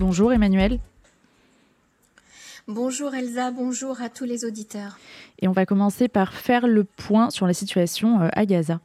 Bonjour Emmanuel. Bonjour Elsa, bonjour à tous les auditeurs. Et on va commencer par faire le point sur la situation à Gaza.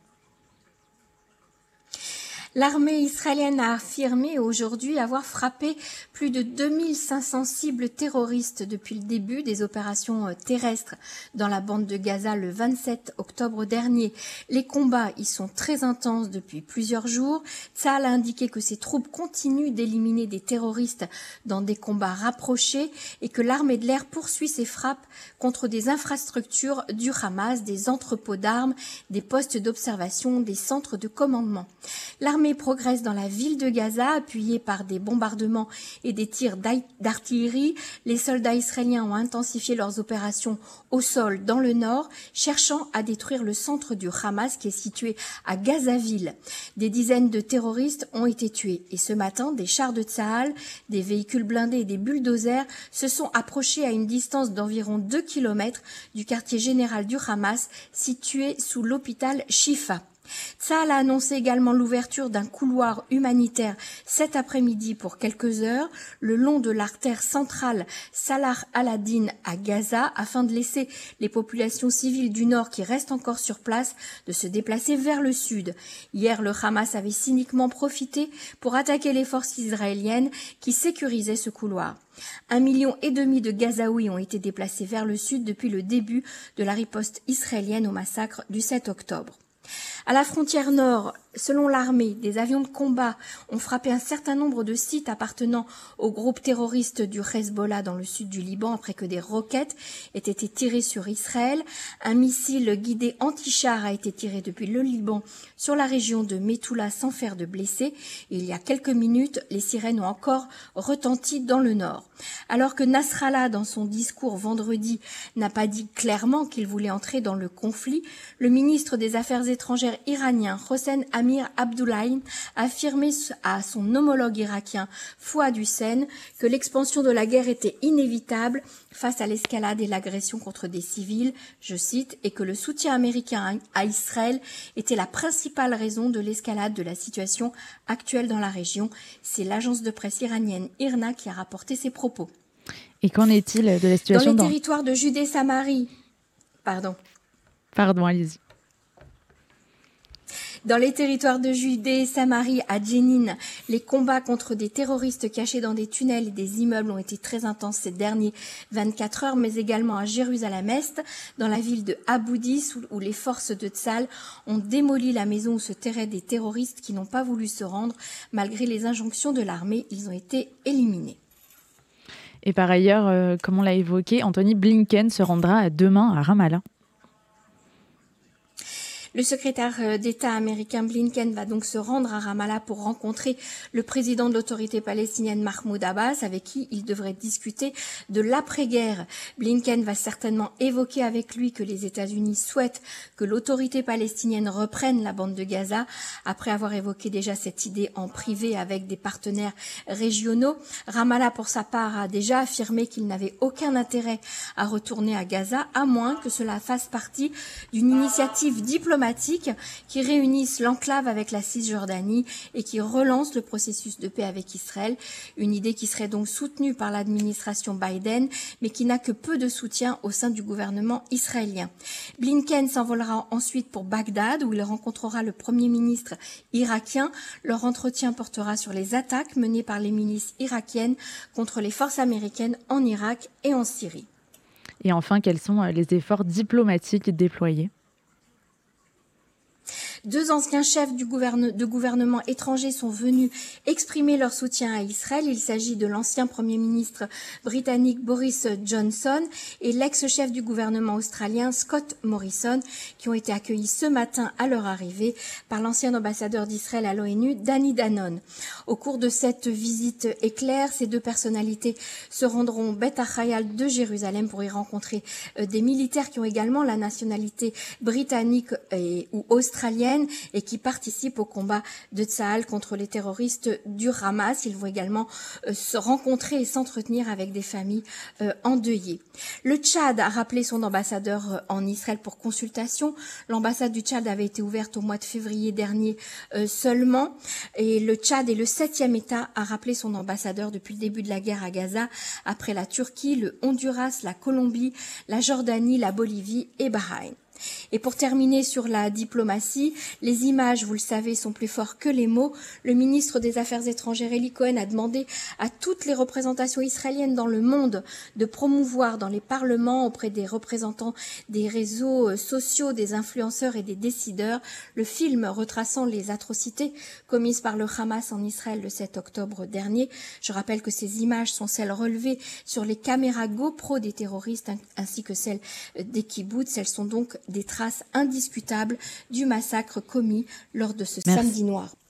L'armée israélienne a affirmé aujourd'hui avoir frappé plus de 2500 cibles terroristes depuis le début des opérations terrestres dans la bande de Gaza le 27 octobre dernier. Les combats y sont très intenses depuis plusieurs jours. Tsahal a indiqué que ses troupes continuent d'éliminer des terroristes dans des combats rapprochés et que l'armée de l'air poursuit ses frappes contre des infrastructures du Hamas, des entrepôts d'armes, des postes d'observation, des centres de commandement. L'armée progresse dans la ville de Gaza, appuyée par des bombardements et des tirs d'artillerie. Les soldats israéliens ont intensifié leurs opérations au sol dans le nord, cherchant à détruire le centre du Hamas qui est situé à Gazaville. Des dizaines de terroristes ont été tués. Et ce matin, des chars de Tsahal, des véhicules blindés et des bulldozers se sont approchés à une distance d'environ 2 km du quartier général du Hamas, situé sous l'hôpital Shifa. Tsahal a annoncé également l'ouverture d'un couloir humanitaire cet après-midi pour quelques heures le long de l'artère centrale Salah al-Adin à Gaza afin de laisser les populations civiles du nord qui restent encore sur place de se déplacer vers le sud. Hier, le Hamas avait cyniquement profité pour attaquer les forces israéliennes qui sécurisaient ce couloir. 1,5 million de Gazaouis ont été déplacés vers le sud depuis le début de la riposte israélienne au massacre du 7 octobre. À la frontière nord, selon l'armée, des avions de combat ont frappé un certain nombre de sites appartenant au groupe terroriste du Hezbollah dans le sud du Liban après que des roquettes aient été tirées sur Israël. Un missile guidé anti-char a été tiré depuis le Liban sur la région de Methoula sans faire de blessés. Et il y a quelques minutes, les sirènes ont encore retenti dans le nord. Alors que Nasrallah, dans son discours vendredi, n'a pas dit clairement qu'il voulait entrer dans le conflit, le ministre des Affaires étrangères iranien Hossein Amir Abdollahian a affirmé à son homologue irakien Fouad Hussein que l'expansion de la guerre était inévitable face à l'escalade et l'agression contre des civils, je cite, et que le soutien américain à Israël était la principale raison de l'escalade de la situation actuelle dans la région. C'est l'agence de presse iranienne IRNA qui a rapporté ces propos. Et qu'en est-il de la situation dans les territoires de Judée-Samarie? Pardon, allez-y. Dans les territoires de Judée, Samarie, à Jenin, les combats contre des terroristes cachés dans des tunnels et des immeubles ont été très intenses ces derniers 24 heures, mais également à Jérusalem-Est, dans la ville de Aboudis, où les forces de Tsahal ont démoli la maison où se terraient des terroristes qui n'ont pas voulu se rendre. Malgré les injonctions de l'armée, ils ont été éliminés. Et par ailleurs, comme on l'a évoqué, Anthony Blinken se rendra demain à Ramallah. Le secrétaire d'État américain Blinken va donc se rendre à Ramallah pour rencontrer le président de l'autorité palestinienne Mahmoud Abbas, avec qui il devrait discuter de l'après-guerre. Blinken va certainement évoquer avec lui que les États-Unis souhaitent que l'autorité palestinienne reprenne la bande de Gaza, après avoir évoqué déjà cette idée en privé avec des partenaires régionaux. Ramallah, pour sa part, a déjà affirmé qu'il n'avait aucun intérêt à retourner à Gaza, à moins que cela fasse partie d'une initiative diplomatique qui réunissent l'enclave avec la Cisjordanie et qui relance le processus de paix avec Israël. Une idée qui serait donc soutenue par l'administration Biden, mais qui n'a que peu de soutien au sein du gouvernement israélien. Blinken s'envolera ensuite pour Bagdad, où il rencontrera le Premier ministre irakien. Leur entretien portera sur les attaques menées par les milices irakiennes contre les forces américaines en Irak et en Syrie. Et enfin, quels sont les efforts diplomatiques déployés ? 2 anciens chefs de gouvernement étrangers sont venus exprimer leur soutien à Israël. Il s'agit de l'ancien Premier ministre britannique Boris Johnson et l'ex-chef du gouvernement australien Scott Morrison, qui ont été accueillis ce matin à leur arrivée par l'ancien ambassadeur d'Israël à l'ONU, Danny Danon. Au cours de cette visite éclair, ces 2 personnalités se rendront Beth Achayal de Jérusalem pour y rencontrer des militaires qui ont également la nationalité britannique ou australienne. israélienne et qui participent au combat de Tsahal contre les terroristes du Hamas. Ils vont également se rencontrer et s'entretenir avec des familles endeuillées. Le Tchad a rappelé son ambassadeur en Israël pour consultation. L'ambassade du Tchad avait été ouverte au mois de février dernier seulement. Et le Tchad est le 7e État à rappeler son ambassadeur depuis le début de la guerre à Gaza, après la Turquie, le Honduras, la Colombie, la Jordanie, la Bolivie et Bahreïn. Et pour terminer sur la diplomatie, les images, vous le savez, sont plus forts que les mots. Le ministre des Affaires étrangères, Eli Cohen, a demandé à toutes les représentations israéliennes dans le monde de promouvoir dans les parlements, auprès des représentants des réseaux sociaux, des influenceurs et des décideurs, le film retraçant les atrocités commises par le Hamas en Israël le 7 octobre dernier. Je rappelle que ces images sont celles relevées sur les caméras GoPro des terroristes ainsi que celles des kibboutz. Elles sont donc des traces indiscutables du massacre commis lors de ce samedi noir.